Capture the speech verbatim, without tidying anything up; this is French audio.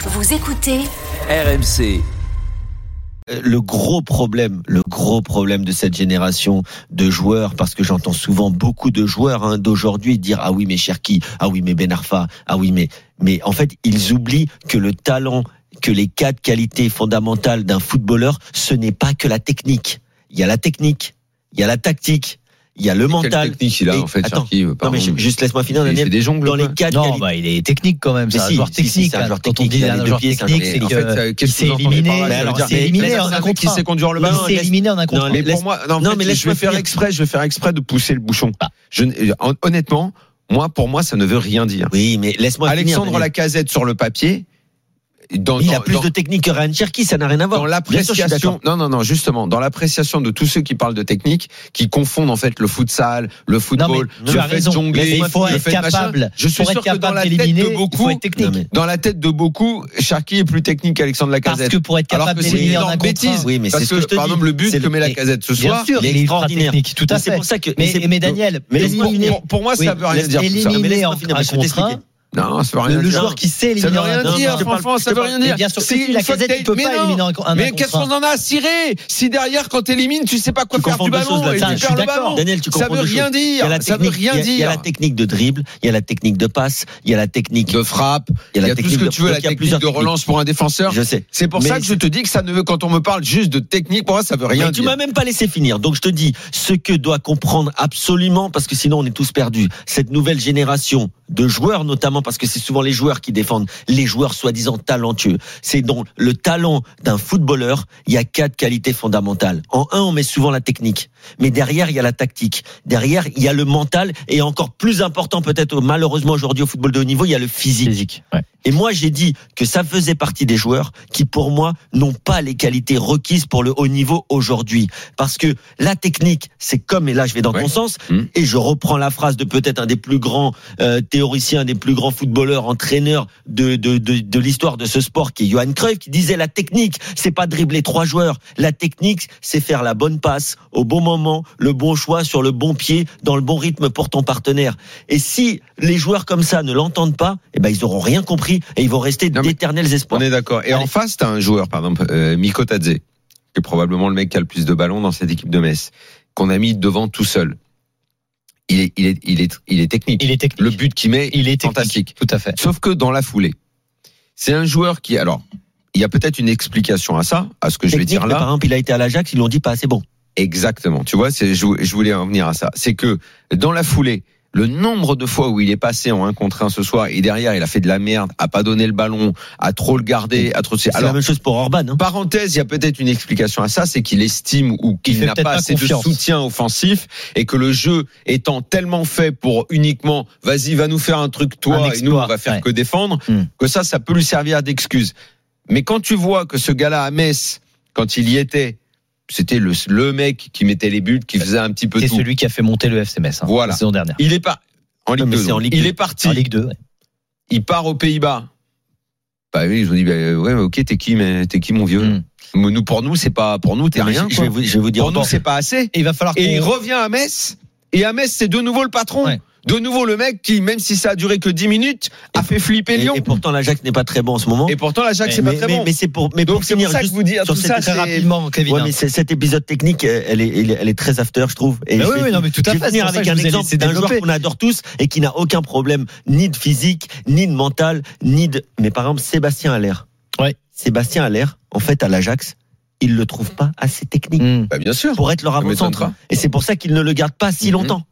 Vous écoutez R M C. Le gros problème, le gros problème de cette génération de joueurs, parce que j'entends souvent beaucoup de joueurs hein, d'aujourd'hui dire ah oui mais Cherki, ah oui mais Ben Arfa, ah oui mais mais en fait ils oublient que le talent, que les quatre qualités fondamentales d'un footballeur, ce n'est pas que la technique. Il y a la technique, il y a la tactique. Il y a le et mental. Quelle technique il a et, en fait, attends, Cherki, non mais je, juste laisse-moi finir, Daniel. C'est des jongles. Dans les quatre non, qualités. bah, il est technique quand même. C'est Mais un si, joueur si, technique. si, c'est un joueur Quand on technique, dit il a un les joueur deux pieds, c'est un technique, joueur c'est En fait, que qu'est-ce s'est que vous entendez éliminé. par là? alors, Il c'est- s'est éliminé laisse- en un mec qui contrat. sait conduire le Non, ballon. Il s'est laisse- éliminé en un contrat. non, Mais laisse- pour moi, non, en non, fait, mais je laisse-moi vais faire finir. exprès, je vais faire exprès de pousser le bouchon. Ah. Je, hon- honnêtement, moi, pour moi, ça ne veut rien dire. Oui, mais laisse-moi Alexandre finir. Daniel. Lacazette sur le papier, dans, Il dans- a plus dans- de technique que Ryan Cherki, ça n'a rien à voir. dans Bien sûr, je suis l'appréciation, d'accord. non, non, non, justement, dans l'appréciation de tous ceux qui parlent de technique, qui confondent en fait le futsal, le football, tu le as fait de raison. jongler, Il faut le être fait de machin. capable. Je suis Pour sûr être que dans capable la tête d'éliminer, de il faut beaucoup, être technique. Non, mais- dans la tête de beaucoup, Cherki est plus technique qu'Alexandre Parce Lacazette. que pour être Alors capable que c'est une d'éliminer en un énorme contrat. bêtise. Oui, mais Parce c'est ce que je te par dis. exemple, le but C'est que le- met Lacazette ce Bien soir, sûr, il est il est ultra extraordinaire. technique, tout à Mais c'est fait. pour ça que- Mais, c'est- mais Daniel, mais laisse-moi éliminer, finir. pour, pour moi, oui, ça veut rien laisse- dire. tout ça. éliminer laisse-moi en finir, un mais je vais contrat. t'expliquer. Non, ça veut rien Le, le dire. joueur qui sait Ça éliminer veut en rien un non, dire, non, je contrat. franchement, parle- ça veut rien dire. Mais bien sûr que C'est si, une la fois que Lacazette, t'as- il peut mais pas non. éliminer un, un Mais contrat. qu'est-ce qu'on en a à cirer? Si derrière, quand t'élimines, tu sais pas quoi Tu faire confonds du deux ballon choses, là. et Ça, tu je suis perds le d'accord. ballon. Daniel, tu Ça comprends veut deux rien choses. Il y a la dire. Ça veut technique, rien il y a- Il y a la dire. technique de dribble, il y a la technique de passe, il y a la technique De frappe, il il y la a tout ce technique que de- tu veux, donc la il y a technique plusieurs de techniques. relance pour un défenseur. Je sais. C'est pour Mais ça que je c'est- te dis que ça ne veut, quand on me parle juste de technique, pour moi, ça veut rien Mais tu dire. m'as même pas laissé finir. Donc je te dis, ce que doit comprendre absolument, parce que sinon on est tous perdus, cette nouvelle génération de joueurs notamment, parce que c'est souvent les joueurs qui défendent, les joueurs soi-disant talentueux. C'est donc le talent d'un footballeur, il y a quatre qualités fondamentales. En un, on met souvent la technique. Mais derrière, il y a la tactique. Derrière, il y a le mental. Et encore plus important peut-être, malheureusement aujourd'hui au football de haut niveau, il y a le physique. Physique, ouais. Et moi, j'ai dit que ça faisait partie des joueurs qui, pour moi, n'ont pas les qualités requises pour le haut niveau aujourd'hui. Parce que la technique, c'est comme, et là je vais dans Ouais. ton sens, Mmh. et je reprends la phrase de peut-être un des plus grands euh, théoriciens, des plus grands footballeurs, entraîneurs de, de, de, de l'histoire de ce sport, qui est Johan Cruyff, qui disait la technique, c'est pas dribbler trois joueurs. La technique, c'est faire la bonne passe au bon moment, le bon choix sur le bon pied, dans le bon rythme pour ton partenaire. Et si les joueurs comme ça ne l'entendent pas, eh ben ils auront rien compris et ils vont rester Non, mais d'éternels espoirs. On est d'accord. Et Allez. en face, t'as un joueur, par exemple, euh, Miko Tadze, qui est probablement le mec qui a le plus de ballons dans cette équipe de Metz, qu'on a mis devant tout seul. Il est, il est, il est, il est technique. Il est technique. Le but qu'il met, Il est technique. fantastique. Tout à fait. Sauf que dans la foulée, c'est un joueur qui, alors, il y a peut-être une explication à ça, à ce que je vais Technique, dire mais là. par exemple, il a été à l'Ajax, ils l'ont dit pas assez bon. Exactement. Tu vois, c'est, je, je voulais en venir à ça. C'est que dans la foulée, le nombre de fois où il est passé en un contre un ce soir et derrière il a fait de la merde, a pas donné le ballon, a trop le gardé, a trop. C'est Alors, la même chose pour Orban. Hein. parenthèse, il y a peut-être une explication à ça, c'est qu'il estime ou qu'il fait n'a peut-être pas pas assez confiance. de soutien offensif et que le jeu étant tellement fait pour uniquement, vas-y, va nous faire un truc Un toi et exploit, nous on va faire ouais. que défendre, Hmm. que ça, ça peut lui servir d'excuse. Mais quand tu vois que ce gars-là à Metz, quand il y était, c'était le, le mec qui mettait les buts, qui faisait un petit peu C'est tout. celui qui a fait monter le F C Metz hein, Voilà. la saison dernière. Il est pas en Ligue Non, mais deux. c'est en donc. Ligue Il deux. est parti. En Ligue deux. Ouais. Il part aux Pays-Bas. Bah oui, ils ont dit bah, ouais, mais ok, t'es qui, mais t'es qui mon vieux Mm. Mais nous, pour nous, c'est pas pour nous, t'es Mais rien. je, je quoi. vais vous, je vais vous dire Pour nous, encore. c'est pas assez. Et il va falloir Et il qu'on- revient à Metz. Et à Metz, c'est de nouveau le patron. Ouais. De nouveau le mec qui, même si ça a duré que dix minutes, a fait flipper Et, Lyon. et pourtant, l'Ajax n'est pas très bon en ce moment. Et pourtant, la Jacques, Mais- c'est mais, pas très mais- bon. mais c'est pour, mais Donc, pour c'est pour finir ça que juste je vous dis, sur tout cette- ça, très c'est- rapidement, Kevin. Ouais, hein. mais c'est- cet épisode technique, elle est, elle est, elle est très after, je trouve. Et Bah je oui, vais, oui, non, mais tout à je vais fait, finir c'est pour ça avec que je un vous ai exemple laissé d'un joueur développer. qu'on adore tous et qui n'a aucun problème, ni de physique, ni de mental, ni de. Mais par exemple, Sébastien Haller. Ouais. Sébastien Haller, en fait, à l'Ajax, il le trouve pas assez technique Mm. Bah, bien sûr. pour être leur Ça m'étonne avant-centre. pas. Et c'est pour ça qu'il ne le garde pas si Mhm. longtemps.